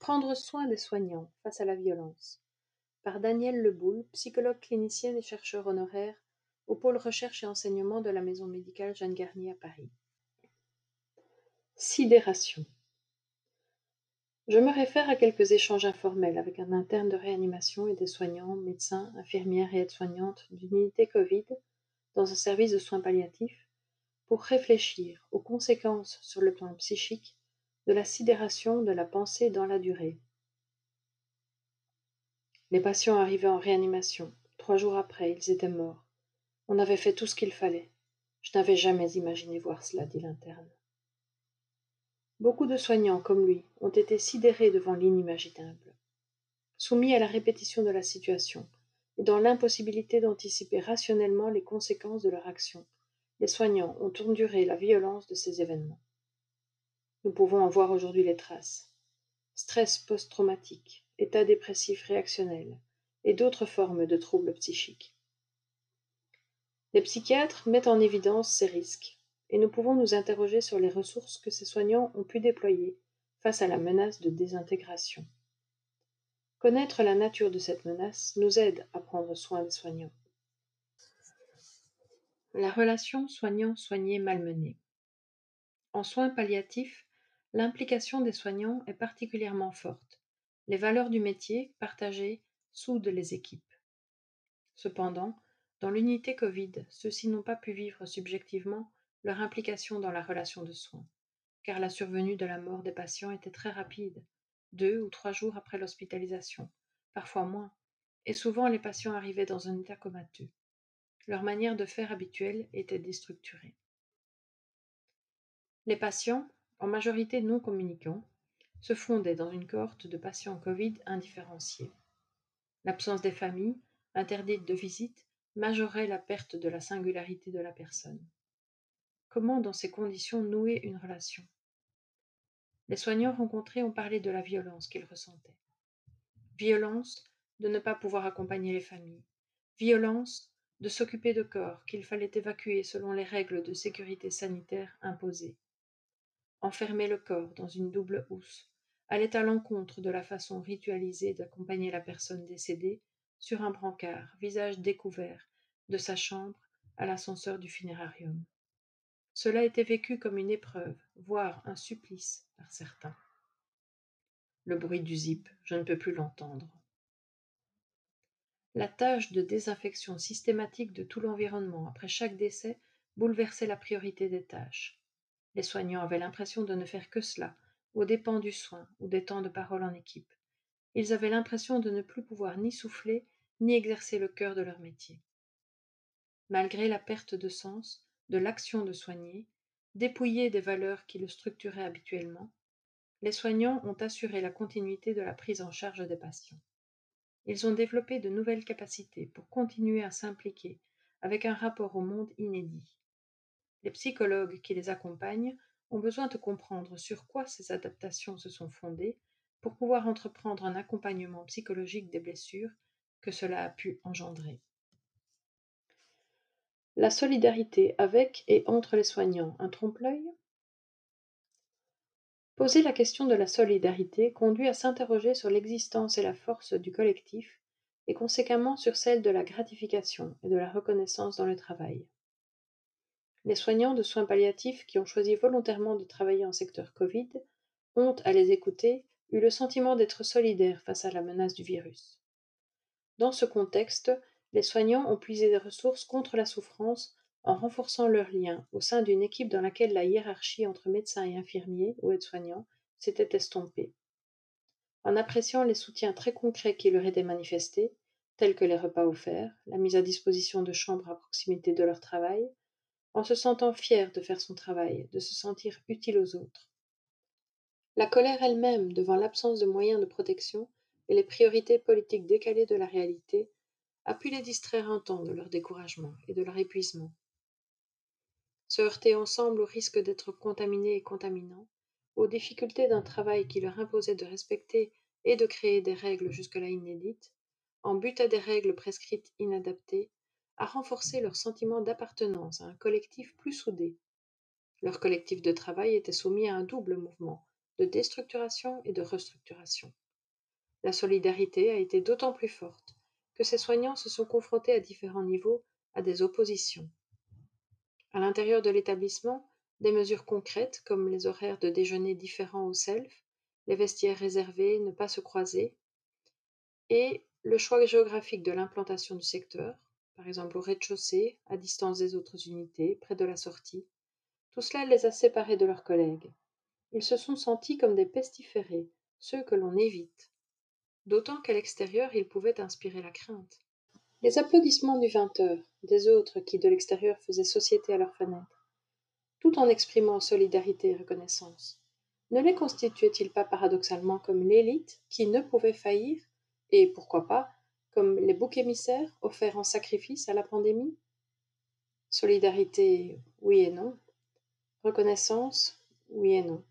Prendre soin des soignants face à la violence. Par Danielle Leboul, psychologue clinicienne et chercheur honoraire au pôle recherche et enseignement de la maison médicale Jeanne Garnier à Paris. Sidération. Je me réfère à quelques échanges informels avec un interne de réanimation et des soignants, médecins, infirmières et aides-soignantes d'une unité Covid dans un service de soins palliatifs pour réfléchir aux conséquences sur le plan psychique de la sidération de la pensée dans la durée. Les patients arrivaient en réanimation. 3 jours après, ils étaient morts. On avait fait tout ce qu'il fallait. Je n'avais jamais imaginé voir cela, dit l'interne. Beaucoup de soignants, comme lui, ont été sidérés devant l'inimaginable, soumis à la répétition de la situation, et dans l'impossibilité d'anticiper rationnellement les conséquences de leur action. Les soignants ont enduré la violence de ces événements. Nous pouvons en voir aujourd'hui les traces. Stress post-traumatique, état dépressif réactionnel, et d'autres formes de troubles psychiques. Les psychiatres mettent en évidence ces risques, et nous pouvons nous interroger sur les ressources que ces soignants ont pu déployer face à la menace de désintégration. Connaître la nature de cette menace nous aide à prendre soin des soignants. La relation soignant-soigné malmenée. En soins palliatifs, l'implication des soignants est particulièrement forte. Les valeurs du métier, partagées, soudent les équipes. Cependant, dans l'unité Covid, ceux-ci n'ont pas pu vivre subjectivement leur implication dans la relation de soins, car la survenue de la mort des patients était très rapide, 2 ou 3 jours après l'hospitalisation, parfois moins, et souvent les patients arrivaient dans un état comateux. Leur manière de faire habituelle était déstructurée. Les patients, en majorité non communicants, se fondaient dans une cohorte de patients Covid indifférenciés. L'absence des familles, interdites de visite, majorait la perte de la singularité de la personne. Comment, dans ces conditions, nouer une relation? Les soignants rencontrés ont parlé de la violence qu'ils ressentaient. Violence de ne pas pouvoir accompagner les familles. Violence de s'occuper de corps qu'il fallait évacuer selon les règles de sécurité sanitaire imposées. Enfermer le corps dans une double housse allait à l'encontre de la façon ritualisée d'accompagner la personne décédée sur un brancard, visage découvert, de sa chambre à l'ascenseur du funérarium. Cela était vécu comme une épreuve, voire un supplice par certains. Le bruit du zip, je ne peux plus l'entendre. La tâche de désinfection systématique de tout l'environnement après chaque décès bouleversait la priorité des tâches. Les soignants avaient l'impression de ne faire que cela, aux dépens du soin ou des temps de parole en équipe. Ils avaient l'impression de ne plus pouvoir ni souffler, ni exercer le cœur de leur métier. Malgré la perte de sens, de l'action de soigner, dépouillés des valeurs qui le structuraient habituellement, les soignants ont assuré la continuité de la prise en charge des patients. Ils ont développé de nouvelles capacités pour continuer à s'impliquer avec un rapport au monde inédit. Les psychologues qui les accompagnent ont besoin de comprendre sur quoi ces adaptations se sont fondées pour pouvoir entreprendre un accompagnement psychologique des blessures que cela a pu engendrer. La solidarité avec et entre les soignants, un trompe-l'œil? Poser la question de la solidarité conduit à s'interroger sur l'existence et la force du collectif et conséquemment sur celle de la gratification et de la reconnaissance dans le travail. Les soignants de soins palliatifs qui ont choisi volontairement de travailler en secteur Covid ont, à les écouter, eu le sentiment d'être solidaires face à la menace du virus. Dans ce contexte, les soignants ont puisé des ressources contre la souffrance en renforçant leurs liens au sein d'une équipe dans laquelle la hiérarchie entre médecins et infirmiers ou aides-soignants s'était estompée. En appréciant les soutiens très concrets qui leur étaient manifestés, tels que les repas offerts, la mise à disposition de chambres à proximité de leur travail, en se sentant fier de faire son travail, de se sentir utile aux autres. La colère elle-même devant l'absence de moyens de protection et les priorités politiques décalées de la réalité a pu les distraire un temps de leur découragement et de leur épuisement. Se heurter ensemble au risque d'être contaminés et contaminants, aux difficultés d'un travail qui leur imposait de respecter et de créer des règles jusque-là inédites, en but à des règles prescrites inadaptées, a renforcé leur sentiment d'appartenance à un collectif plus soudé. Leur collectif de travail était soumis à un double mouvement de déstructuration et de restructuration. La solidarité a été d'autant plus forte que ces soignants se sont confrontés à différents niveaux à des oppositions. À l'intérieur de l'établissement, des mesures concrètes comme les horaires de déjeuner différents au self, les vestiaires réservés, ne pas se croiser, et le choix géographique de l'implantation du secteur, par exemple au rez-de-chaussée, à distance des autres unités, près de la sortie, tout cela les a séparés de leurs collègues. Ils se sont sentis comme des pestiférés, ceux que l'on évite, d'autant qu'à l'extérieur ils pouvaient inspirer la crainte. Les applaudissements du 20h, des autres qui de l'extérieur faisaient société à leurs fenêtres, tout en exprimant solidarité et reconnaissance, ne les constituait-il pas paradoxalement comme l'élite qui ne pouvait faillir, et pourquoi pas, comme les boucs émissaires offerts en sacrifice à la pandémie? Solidarité, oui et non. Reconnaissance, oui et non.